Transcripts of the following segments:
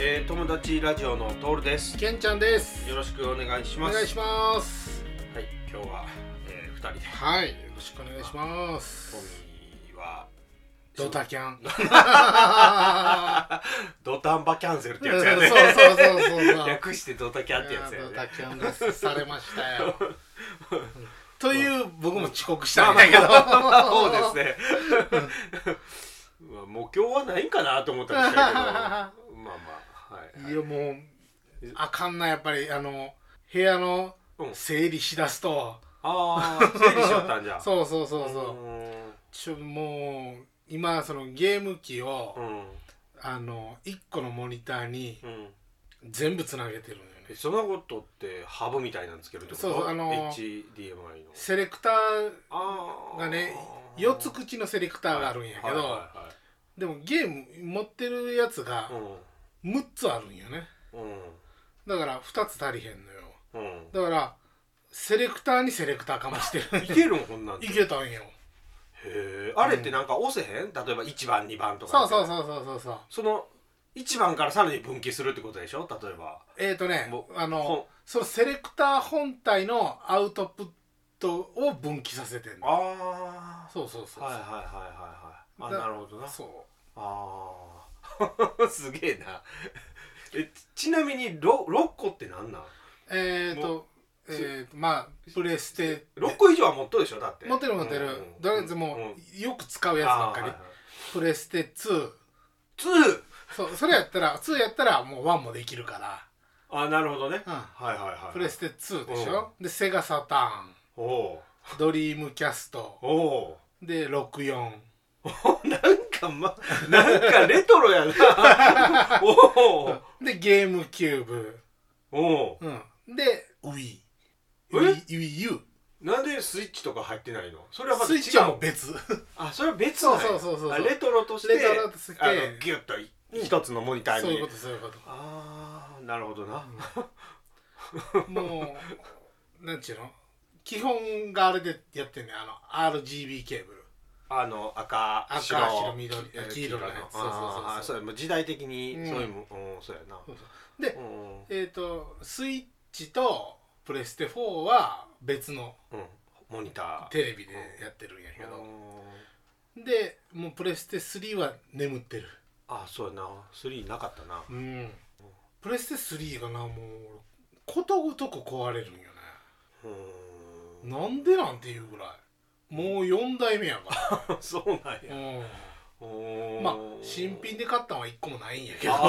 友達ラジオのトールです。 けんちゃんです。 よろしくお願いします。 お願いします。 はい、今日は、2人で。 はい、よろしくお願いします。 トミーはドタキャンドタンバキャンセルってやつやね。 そう略してドタキャンってやつやね。 ドタキャンがされましたよという僕も遅刻したんだけどそうですねもう今日はないんかなと思ったんですけどまあまあ、はい、 いやもうあかんな、やっぱり部屋の整理しだすと、 整理しちゃったんじゃそうもう今そのゲーム機を、1個のモニターに全部つなげてるのよね。 そんなことってハブみたいなんですけど、HDMI のセレクターがね、4つ口のセレクターがあるんやけど、でもゲーム持ってるやつが6つあるんよね。だから2つ足りへんのよ。だからセレクターにセレクターかましてる。 いけるんこんなんて。 いけたんよ。 へえ。あれってなんか押せへん？例えば1番2番とか。 そうその1番からさらに分岐するってことでしょ、例えば。 そのセレクター本体のアウトプットを分岐させてんの。そうはい、なるほどな。 そうすげえな。ちなみに6個ってなんなん？ まあプレステ 6個以上は持っとるでしょ、だって。 持ってるとりあえずもうよく使うやつばっかり。プレステ2。それやったら2やったらもう1もできるから。 なるほどね。 プレステ2でしょ。でセガサターン、ドリームキャストで64。 なんかレトロやなでゲームキューブで Wii U。 なんでスイッチとか入ってないの？それはまた違う。 スイッチはもう別。 それは別なんや。 そうレトロとしてギュッと一つのモニターに。 そういうこと。 なるほどな。 もうなんちゅうの、基本があれでやってんねん。RGB ケーブル。 赤白緑黄色のやつ。 そう時代的にそういうもそうやな。 でスイッチとプレステ4は別のモニターテレビでやってるんやけど、でもうプレステ3は眠ってる。 そうやな。3なかったな。 プレステ3がな、もうことごとく壊れるんよね。なんでなんていうぐらい。もう4代目やからそうなんや。 まあ新品で買ったのは1個もないんやけど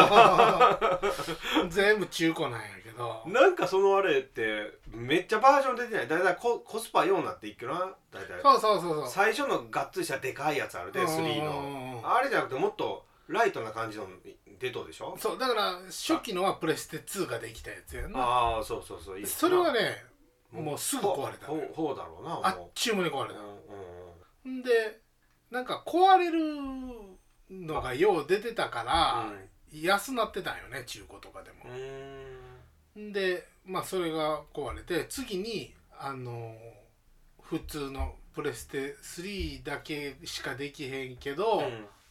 全部中古なんやけど、 なんかそのあれってめっちゃバージョン出てない？だいたいコスパ4になっていくな。だいたいそう最初のがっつりしたでかいやつあるで、3のあれじゃなくてもっとライトな感じの出とでしょ。 そうだから初期のはプレステ2ができたやつやな。 そうそれはねもうすぐ壊れた。 ほうだろうな。 あっちゅう間に壊れた。んでなんか壊れるのがよう出てたから安なってたんよね、中古とかでも。でまあそれが壊れて、次に普通のプレステ3だけしかできへんけど、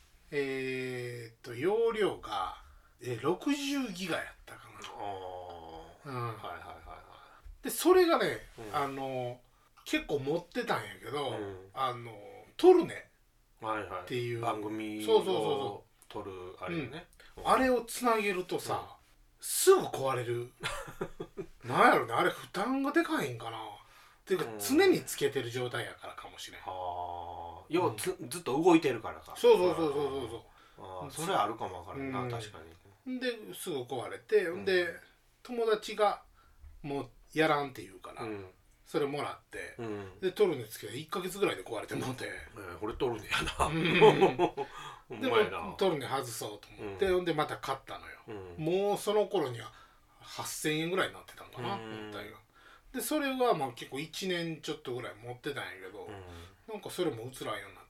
容量が60ギガやったかな。でそれがね結構持ってたんやけど、トルネっていう番組を撮るあれね、 あれをつなげるとさ、すぐ壊れるなんやろね、あれ負担がでかいんかなっていうか、常につけてる状態やからかもしれん。 要はずっと動いてるからか。 そうそれあるかもわからんな、確かに。 ですぐ壊れて、で友達がもうやらんって言うから、それもらって、でトルネつけて1ヶ月ぐらいで壊れてもうて、 これトルネやな。 でもトルネ外そうと思って、ほんでまた買ったのよ。もうその頃には8000円ぐらいになってたのかな、本体が。でそれはまあ結構1年ちょっとぐらい持ってたんやけど、なんかそれも映らんようになって、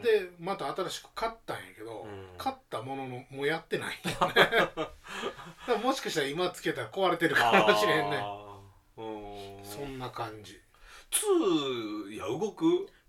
でまた新しく買ったんやけど、買ったもののもうやってないんよねだからもしかしたら今つけたら壊れてるかもしれんね。そんな感じ。 2動く？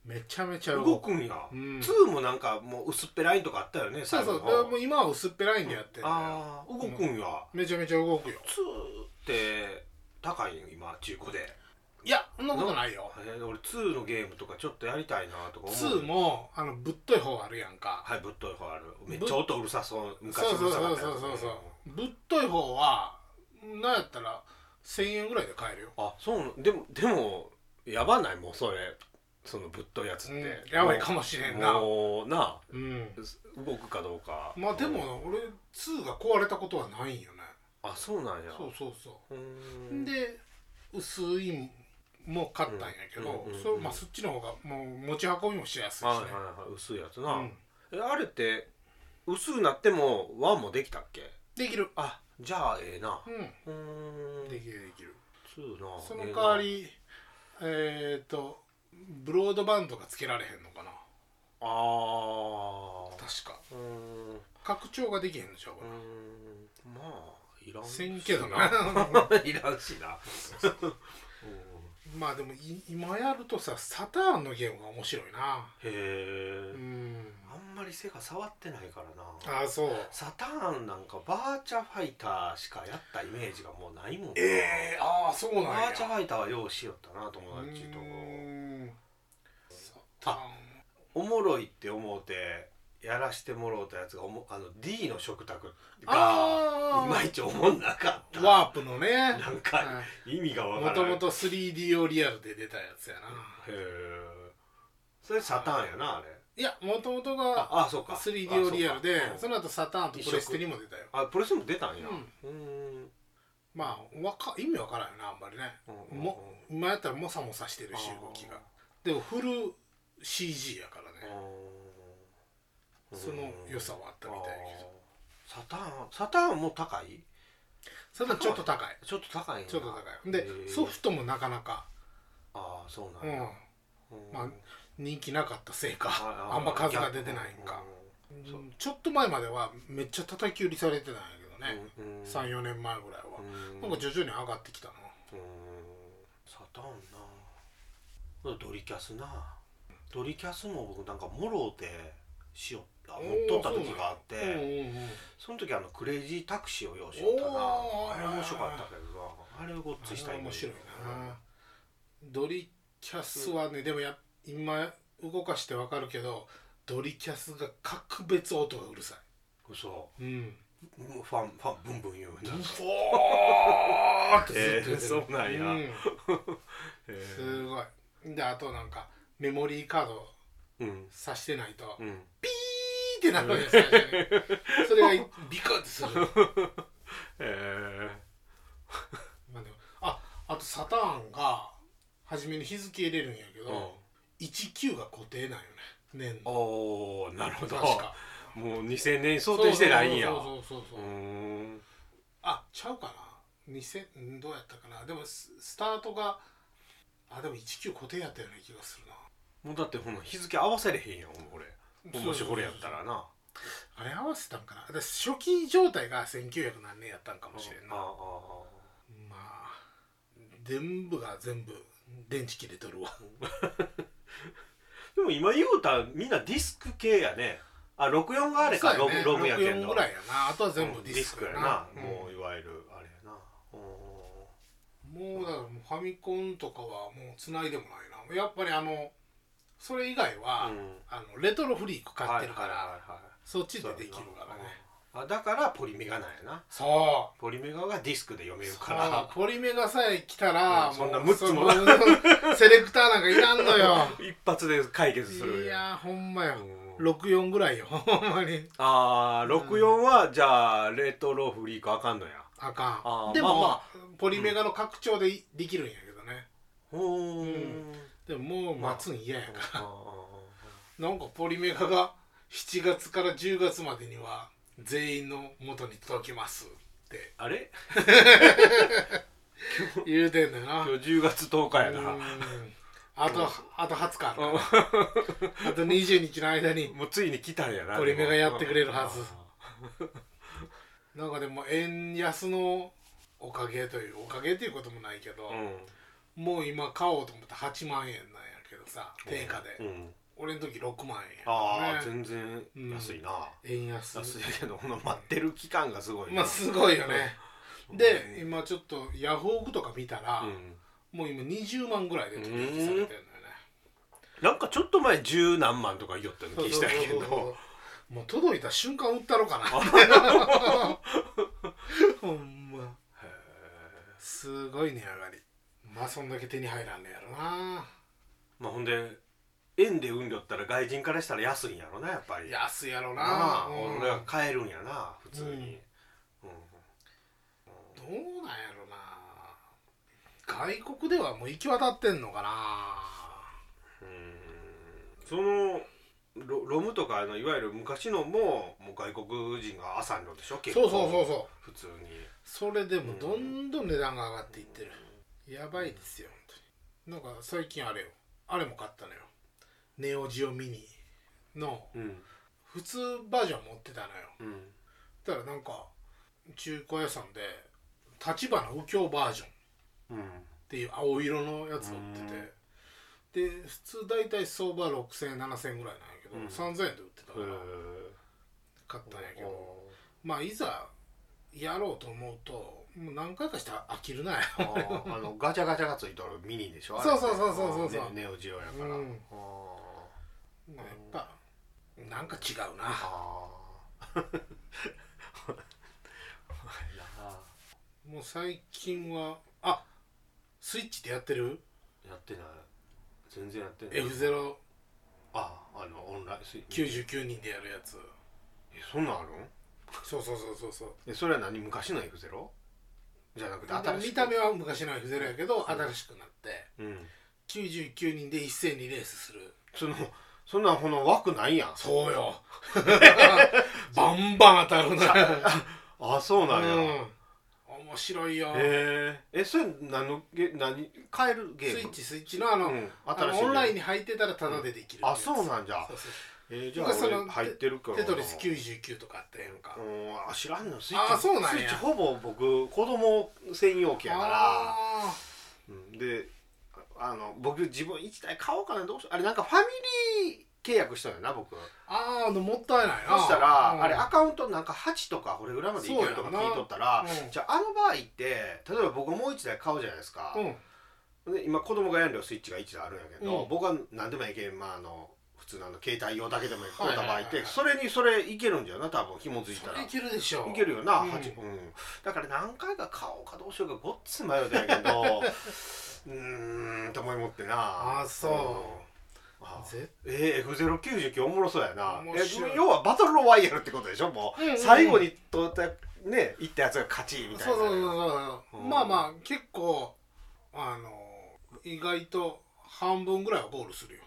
めちゃめちゃ動くんや、うん、2もなんかもう薄っぺらいんとかあったよね。 そうそう、もう今は薄っぺらいんでやってるんだよ、 ああ動くんや、 めちゃめちゃ動くよ。 2って高いん今中古で。 いやそんなことないよ。 俺2のゲームとかちょっとやりたいなとか思う。 2もぶっとい方あるやんか。 はい、ぶっとい方ある。めっちゃ音うるさそう。昔うるさかったやつ。そうぶっとい方はなんやったら1000円ぐらいで買えるよ。 あ、そうでもやばないもうそれ。そのぶっといやつって、 うん、やばいかもしれんな。 もうな、 うん、 動くかどうか。 まあでも俺2が壊れたことはないんよね。 あ、そうなんや。 そうで薄いも買ったんやけど、まあそっちの方がもう持ち運びもしやすいしね。 はいはいはい、薄いやつな、あれって薄くなっても1もできたっけ？ できる。 あ、じゃあええな。 できる 2な。 その代わりブロードバンドがつけられへんのかな。 あ確か拡張ができへんのちゃうかな。まあいらんせんけどな。 いらんしな。 まあでも今やるとさ、サターンのゲームが面白いな。 へえ。あんまりセガ触ってないからな。 あ、そう。 サターンなんかバーチャファイターしかやったイメージがもうないもんな。 ああそうなんや。 バーチャファイターはようしよったな友達と。 サターンおもろいって思うてやらしてもろうたやつがD の食卓がいまいち思んなかった。 ワープのね、 なんか意味がわからない。 もともと 3D オリアルで出たやつやな。 へえ。それサターンやなあれ。 いや、もともとが 3D オリアルで、その後サターンとプレステにも出たよ。 あ、プレステも出たんや。 まあ意味わからんよな、あんまりね。今やったらモサモサしてるし動きが。でもフル CG やからね。その良さはあったみたいけど。 サターンも高い？ サターンちょっと高い。 ちょっと高い。 でソフトもなかなか。 ああそうなんや。 まあ人気なかったせいかあんま数が出てないんか。ちょっと前まではめっちゃ叩き売りされてたんやけどね。3、4年前ぐらいはなんか徐々に上がってきたの。 サターンな。ドリキャスな。ドリキャスも僕なんかもろうてしよ持っとった時があって、その時クレイジータクシーを用意しよったな。あれ面白かったけどな。あれをごっついしたい。 面白いな。ドリキャスはね、でも今動かしてわかるけどドリキャスが格別音がうるさい。 嘘。ファンブンブン言うな。 フォーってずっと言ってる。 そうなんや。 すごい。であとなんかメモリーカード挿してないとピーってなるんですよ。それがビクッてする。あとサターンが初めに日付入れるんやけど、19が固定なんよね、年の。 おお、なるほど。 確かもう2000年想定してないんや。 そうあ、ちゃうかな、2000どうやったかな。でもスタートがでも19固定やったような気がするな。 もうだって日付合わせれへんやん俺。もしこれやったらな。 あれ合わせたんかな。私初期状態が1900何年やったんかもしれんな。まあ全部電池切れとるわ。 でも今言うたみんなディスク系やね。64があれか、ロムやけんの。 64ぐらいやな。あとは全部ディスクやな。 もういわゆるあれやな。 もうだからファミコンとかはもう繋いでもないな。やっぱりそれ以外はレトロフリーク買ってるからそっちでできるからね。 だからポリメガなんやな。 そう、 ポリメガがディスクで読めるから。 ポリメガさえ来たらそんな6つもセレクターなんかいらんのよ。 一発で解決する。 いやほんまよ。64ぐらいよほんまに。 64はじゃあレトロフリークあかんのや。 あかん。でもポリメガの拡張でできるんやけどね。でももう待つん嫌やからなんかポリメガが7月から10月までには全員の元に届きますってあれ言うてんだよな。 今日10月10日やな。 あと20日あるからあと20日の間にもうついに来たんやな。 ポリメガやってくれるはず。なんかでも円安のおかげっていうこともないけど、もう今買おうと思ったら8万円なんやけどさ、定価で、 うん俺の時6万円や、ね、 ああ全然安いな、 円安安いけど待ってる期間がすごいまあすごいよね、で今ちょっとヤフオクとか見たら、もう今20万ぐらいで取引されてるんだよね。 なんかちょっと前10何万とか言ったの気したけど、 もう届いた瞬間売ったろかなほんますごい値上がり。まあそんだけ手に入らんねやろな。 まあほんで円で売んでおったら外人からしたら安いんやろな、やっぱり安いやろな、 俺が買えるんやな普通に、 どうなんやろな。外国ではもう行き渡ってんのかな。 そのロムとかいわゆる昔のもう外国人が漁るのでしょ結構。そう普通にそれでもどんどん値段が上がっていってる、やばいですよ本当に。なんか最近あれも買ったのよ、ネオジオミニの普通バージョン持ってたのよ、だからなんか中古屋さんで立花右京バージョンっていう青色のやつ売ってて、で普通だいたい相場6000円7000円ぐらいなんやけど、3000円で売ってたから買ったんやけど、まあいざやろうと思うともう何回かして飽きるなよガチャガチャがついとるミニでしょ。 そう、 ネオジオやから、 やっぱなんか違うなもう最近はスイッチってやってる？ やってない、全然やってない。 F0 オンライン 99人でやるやつ。 そんなんあるん？ そうそれは何？昔の F0？ じゃなくて新しい。 見た目は昔の F0 やけど、新しくなって、99人で一斉にレースする。 そんな枠ないやん。 そうよバンバン当たるなそうなんや、 面白いよ。 それ何買えるゲーム？ スイッチのオンラインに入ってたらタダでできる。 そうなんじゃ。じゃあ俺入ってるからテトリス99とかあったやんか。 知らんの。スイッチそうなんや。 スイッチほぼ僕子供専用機やからで僕自分1台買おうかな、どうしよう。あれなんかファミリー契約したんやな僕。 もったいないな。 そしたらあれアカウントなんか8とかこれぐらいまでいけるとか聞いとったら、じゃあ場合って例えば僕もう1台買うじゃないですか。で今子供がやるよスイッチが1台あるんやけど、僕は何でもいけん普通の携帯用だけでも買った場合ってそれいけるんじゃな、多分紐づいたら。 いけるでしょ。 いけるよな、だから何回か買おうかどうしようかごっつ迷うたんやけどと思ってな。F099 おもろそうやな。要はバトルロワイヤルってことでしょ。もう最後に取ったねいったやつが勝ちみたいな。 まあ結構意外と半分ぐらいはゴールするよ。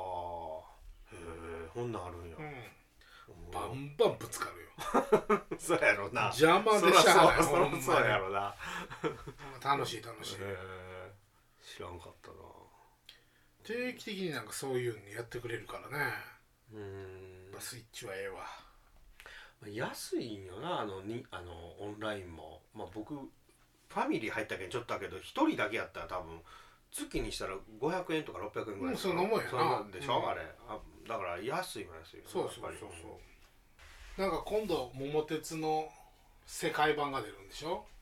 こんなんあるんや。 バンバンぶつかるよそうやろな。 邪魔でしゃあない。 そうやろな。 楽しい。知らんかったな。 定期的になんかそういうのやってくれるからね。スイッチはええわ。安いんよなオンラインも。僕ファミリー入ったけんちょっとだけど1人だけやったら多分月にしたら500円とか600円ぐらい。 そんなもんやな。 でしょあれ。だから安いも安い。 そうなんか今度桃鉄の世界版が出るんでしょ。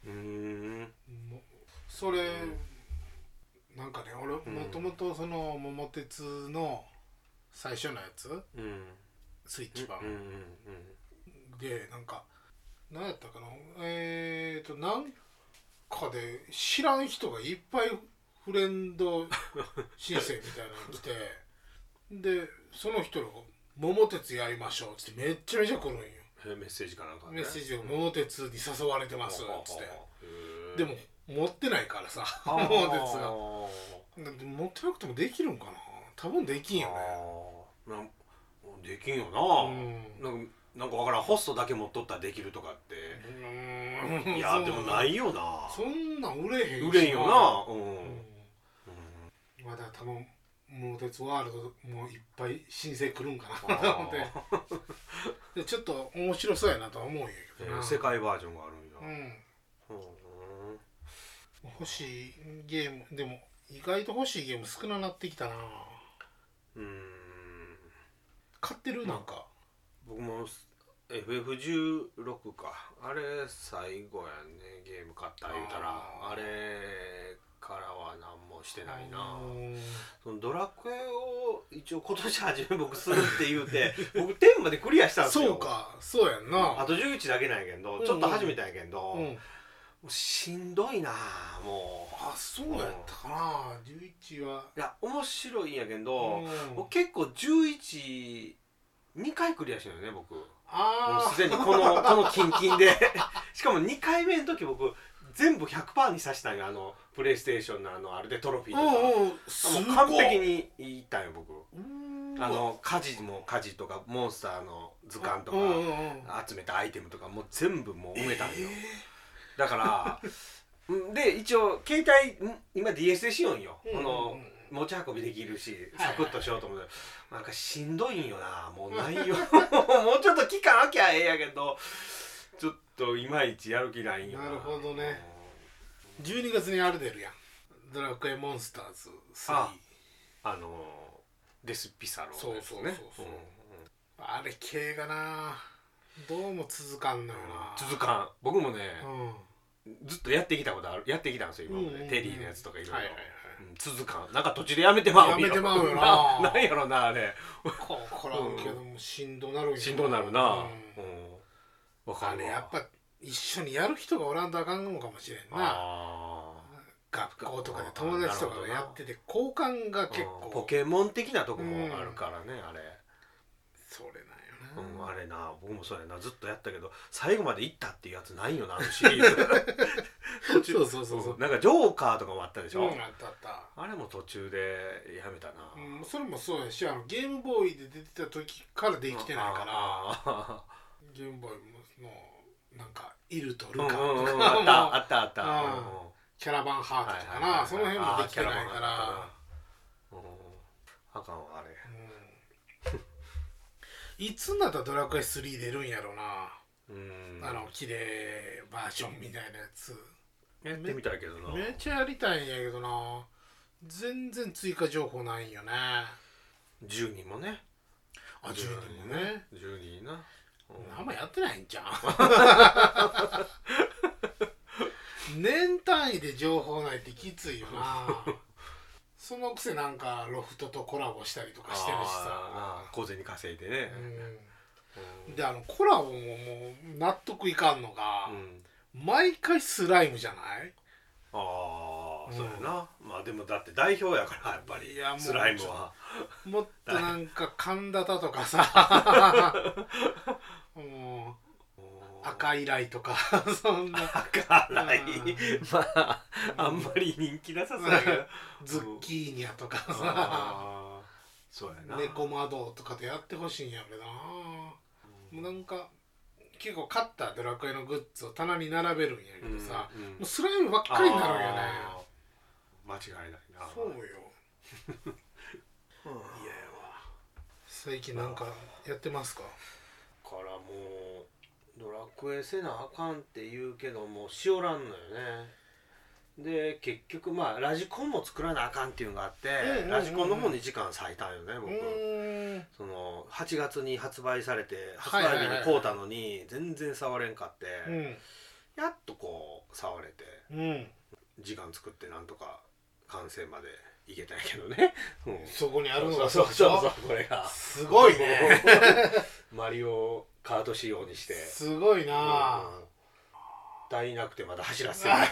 それなんかね、俺もともとその桃鉄の最初のやつ、スイッチ版で何やったかな、なんかで知らん人がいっぱいフレンド申請みたいなの来てでその人が「桃鉄やりましょう」っつってめっちゃめちゃ来るんよ。 メッセージかなんかね。 メッセージで「桃鉄に誘われてます」っつって。でも持ってないからさ桃鉄が。持ってなくてもできるんかな。多分できんよね。 できんよな。なんかわからん。ホストだけ持っとったらできるとかって。いやでもないよな。 そんなん売れへんしな。 売れんよな。 まだ多分桃鉄ワールドもいっぱい申請来るんかなと思ってちょっと面白そうやなとは思うんやけどな。 世界バージョンがあるんや。 欲しいゲームでも意外と欲しいゲーム少ななってきたな。 買ってるなんか僕も FF16 かあれ最後やねゲーム買った言うたらあれからは何もしてないな。そのドラクエを一応今年初め僕するって言うて僕10までクリアしたんですよ。 そうかそうやんな。 あと11だけなんやけど、ちょっと始めたんやけど、もうしんどいなもう。 あそうやったかな。11はいや面白いんやけど、結構11 2回クリアしてるよね僕。もうすでにこのキンキンでしかも2回目の時僕全部 100% にさしたんよ。プレイステーションのあれでトロフィーとかもう完璧にいったんよ僕。火事とかモンスターの図鑑とか集めたアイテムとかもう全部もう埋めたんよ。だからで一応携帯今 DS でしようんよ。持ち運びできるしサクッとしようと思うけど、なんかしんどいんよなもう内容もうちょっと期間空きゃええやけどちょっといまいちやる気ないんよな。 なるほどね。12月にあれ出るやんドラクエモンスターズ3。 デスピサロそうそうそうそう、あれ系がなどうも続かんのよな。 続かん。僕もね、ずっとやってきたことある。やってきたんですよ今まで。テリーのやつとかいろいろ続かん。なんか途中でやめてまう。 やめてまうよな。 なんやろなあれ。 こらんけどもしんどなるんや。 しんどなるな。 あれやっぱ一緒にやる人がおらんとあかんのかもしれんな。学校とかで友達とかがやってて交換が結構ポケモン的なとこもあるからねあれ。 それなんよな。 あれな僕もそうやなずっとやったけど最後まで行ったっていうやつないよなあのシリーズ。そうなんかジョーカーとかもあったでしょ。 あったあれも途中でやめたな。 それもそうやしゲームボーイで出てた時からできてないからゲームボーイのなんかイルとルカとかあったキャラバンハートとかなその辺もできてないからあかんわあれ。 いつになったらドラクエ3出るんやろな。綺麗バージョンみたいなやつやってみたいけどな。 めっちゃやりたいんやけどな全然追加情報ないんよね。 10人もね。 10人もね。 10人な。 あんまやってないんじゃん。年単位で情報ないってきついよな。そのくせなんかロフトとコラボしたりとかしてるしさ小銭稼いでね。 でコラボももう納得いかんのが、毎回スライムじゃない？ そうやな。まあでもだって代表やからやっぱりスライムはもっとなんか神田だとかさ赤いライとかそんな赤ライまああんまり人気なさそうだけどズッキーニャとかさそうやな猫窓とかでやってほしいんやけどな。もうなんか結構買ったドラクエのグッズを棚に並べるんやけどさ、もうスライムばっかりになるんよね。 間違いないな。 そうよ。いや最近なんかやってますか？ からもうドラクエせなあかんって言うけどもしおらんのよね。で結局まあラジコンも作らなあかんっていうのがあって、ラジコンの方に時間割いたんよね僕。その8月に発売されて発売日に買うたのに全然触れんかって、やっとこう触れて、時間作ってなんとか完成までいけたんやけどね。 そこにあるのがそうこれがすごいね。 マリオカート仕様にしてすごいな。 台なくてまだ走らせない。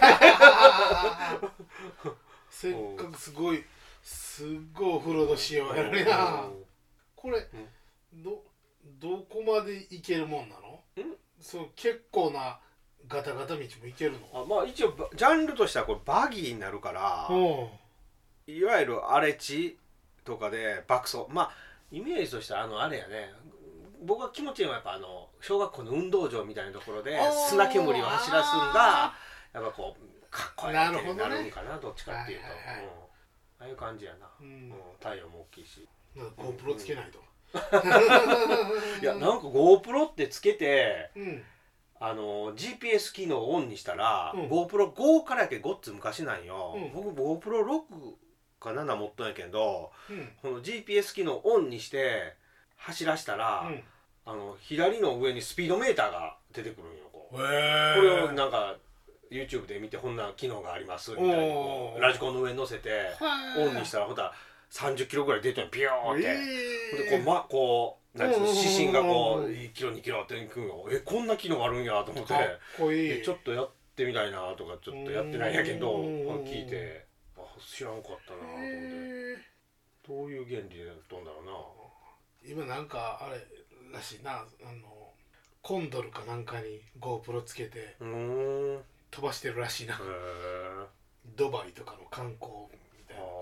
せっかくすごいオフロード仕様やのにな。これどこまで行けるもんなの？そう結構なガタガタ道も行けるの？ まあ一応ジャンルとしてはこれバギーになるから、いわゆる荒れ地とかで爆走、まあイメージとしてはあれやね。僕は気持ちいいのはやっぱ小学校の運動場みたいなところで砂煙を走らすんがやっぱこうかっこいいってなるんかなどっちかっていうと、ああいう感じやな。太陽も大きいし。 GoPro つけないと。 いやなんか GoPro ってつけて、GPS 機能をオンにしたら、GoPro5 からやけごっつ昔なんよ。僕 GoPro6 か7持っとんやけど、 うん、 この GPS 機能オンにして走らしたら、左の上にスピードメーターが出てくるんよ。これをなんか YouTube で見てこんな機能がありますみたいなラジコンの上に乗せてオンにしたらほたら30キロぐらい出てるのビヨーって、でこうなんていうの指針がこう1キロ2キロっていくのをこんな機能あるんやと思って、ちょっとやってみたいなとかちょっとやってないんやけど聞いて知らんかったなと思って、どういう原理でやっとんだろうな。 今なんかあれらしいな、コンドルかなんかに GoPro つけて飛ばしてるらしいな。ドバイとかの観光みたいな感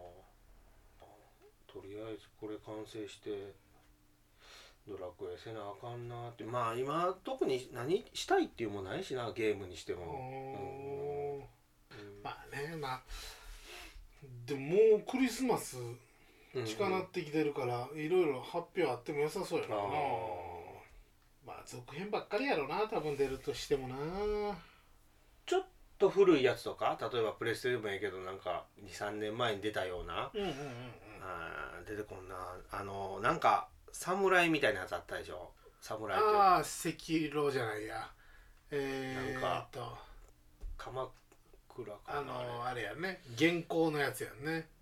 じ。とりあえずこれ完成してドラクエせなあかんなって。まあ今特に何したいっていうもないしな、ゲームにしても。 まあね、まあでももうクリスマス近なってきてるからいろいろ発表あっても良さそうやな。まあ続編ばっかりやろな、多分出るとしてもな。 ちょっと古いやつとか、例えばプレステでもいいけどなんか 2,3 年前に出たような、出てこんな。なんか侍みたいなやつあったでしょ。侍ってああ赤狼じゃないや、 なんか鎌倉かな、 あれやね、現行のやつやんね。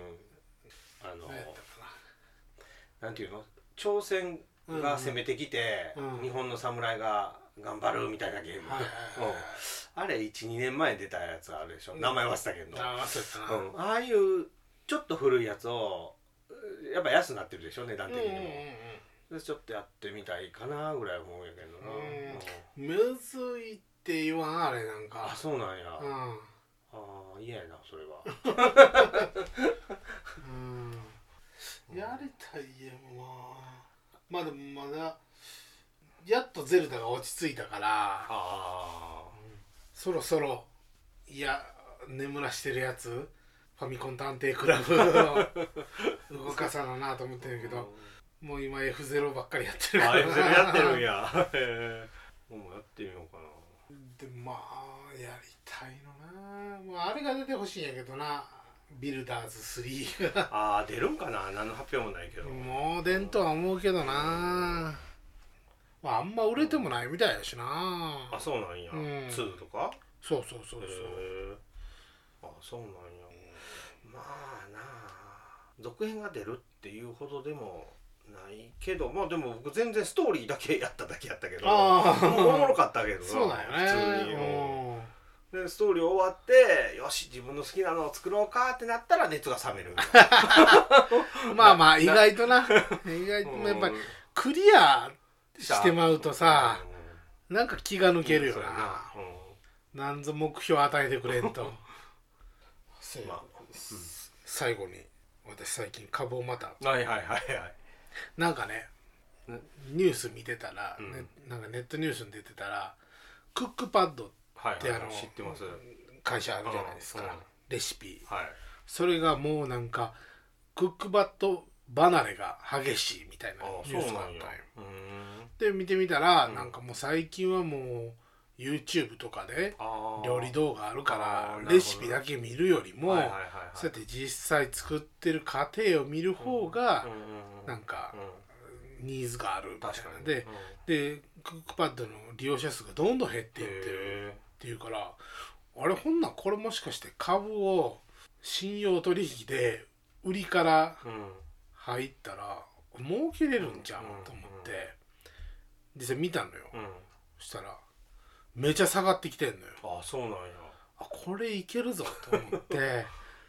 なんていうの、朝鮮が攻めてきて、日本の侍が頑張るみたいなゲーム、あれ 1,2 年前に出たやつあるでしょ、名前忘れたけど、ああいうちょっと古いやつをやっぱ安くなってるでしょ、値段的にも。でちょっとやってみたいかなぐらい思うんやけどな。 むずいって言わん、あれなんか。 あ、そうなんや。ああ嫌やなそれは。 やりたいゲームな。まあでもまだやっとゼルダが落ち着いたから、そろそろ眠らしてるやつファミコン探偵クラブを動かさななと思ってるけど、もう今 F0 ばっかりやってるからな。 F0 やってるんや。もうやってみようかな。 でまあやりたいのな。もうあれが出てほしいんやけどな、ビルダーズ3が。 ああ出るんかな、何の発表もないけど。 もう出んとは思うけどな。まああんま売れてもないみたいやしな。 あ、そうなんや。2とか。 そう。 あ、そうなんや。まあなあ、続編が出るっていうほどでもないけど、まあでも僕全然ストーリーだけやっただけやったけど、おもろかったけどな。 そうだよね。 普通に。でストーリー終わってよし自分の好きなのを作ろうかってなったら熱が冷める。 まあ意外とな、意外とやっぱりクリアしてまうとさ、なんか気が抜けるよな。なんぞ目標与えてくれんと。最後に私最近株をまたなんかねニュース見てたら、なんかネットニュースに出てたらクックパッドって知ってます会社あるじゃないですか、レシピ、それがもうなんかクックパッド離れが激しいみたいなニュースがあったんよ。で見てみたら、なんかもう最近はもうYouTube とかで料理動画あるからレシピだけ見るよりもそうやって実際作ってる過程を見る方がなんかニーズがあるみたいなでクックパッドの利用者数がどんどん減っていってるっていうから、あれほんなんこれもしかして株を信用取引で売りから入ったら儲けれるんじゃんと思って実際見たのよ。そしたらめちゃ下がってきてんのよ。 あ、そうなんや。 あ、これいけるぞと思って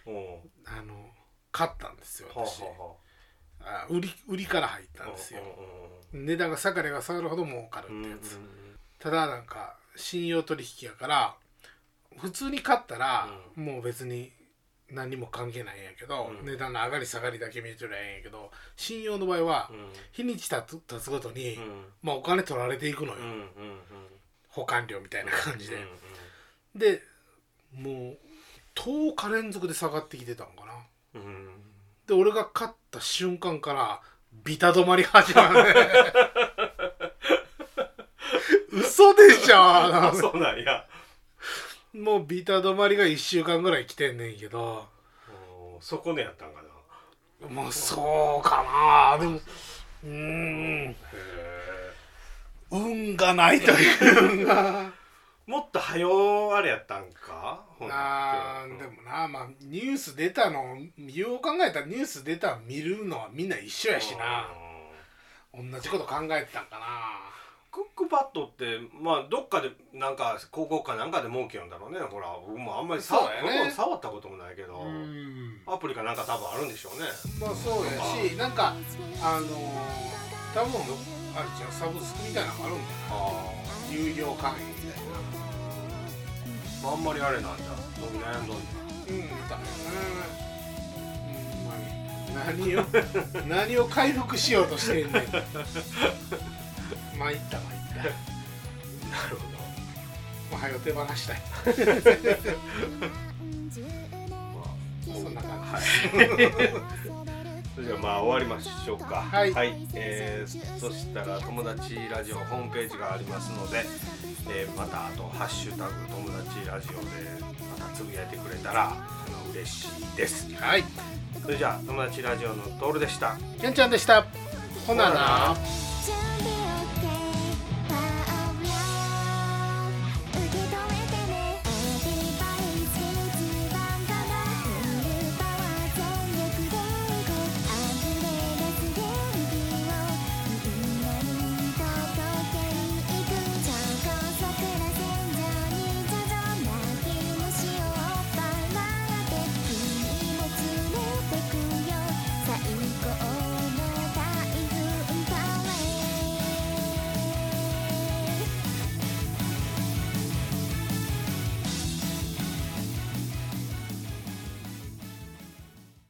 買ったんですよ私。売りから入ったんですよ。値段が下がれば下がるほど儲かるってやつ。ただなんか信用取引やから普通に買ったらもう別に何も関係ないんやけど、値段の上がり下がりだけ見てるらいいんやけど、信用の場合は日にち経つごとにまあお金取られていくのよ。保管料みたいな感じで、でもう10日連続で下がってきてたのかな。で俺が買った瞬間からビタ止まり始まるね。嘘でしょ。 そうなんや。 もうビタ止まりが1週間ぐらい来てんねんけど、 そこでやったんかな。まあそうかな。でも運がないというかもっと早うあれやったんか。 でもな、まあニュース出たのよう考えたらニュース出たの見るのはみんな一緒やしな。同じこと考えてたんかな。 クックパッドってまあどっかでなんか広告かなんかで儲けるんだろうね。ほら僕もあんまり触ったこともないけど、アプリかなんか多分あるんでしょうね。 まあそうやし、なんか多分あれじゃサブスクみたいなのがあるんだよな。有料会員みたいな。 あんまりあれなんじゃ伸び悩んどんだ。 何を回復しようとしてんねん。参ったなるほど。 もう早く手放したい。そんな感じ。 それじゃあまあ終わりましょうか。 はい。 そしたら友達ラジオホームページがありますので、またあとハッシュタグ友達ラジオでまたつぶやいてくれたら嬉しいです。 はい。 それじゃあ友達ラジオのトールでした。 けんちゃんでした。ほなな。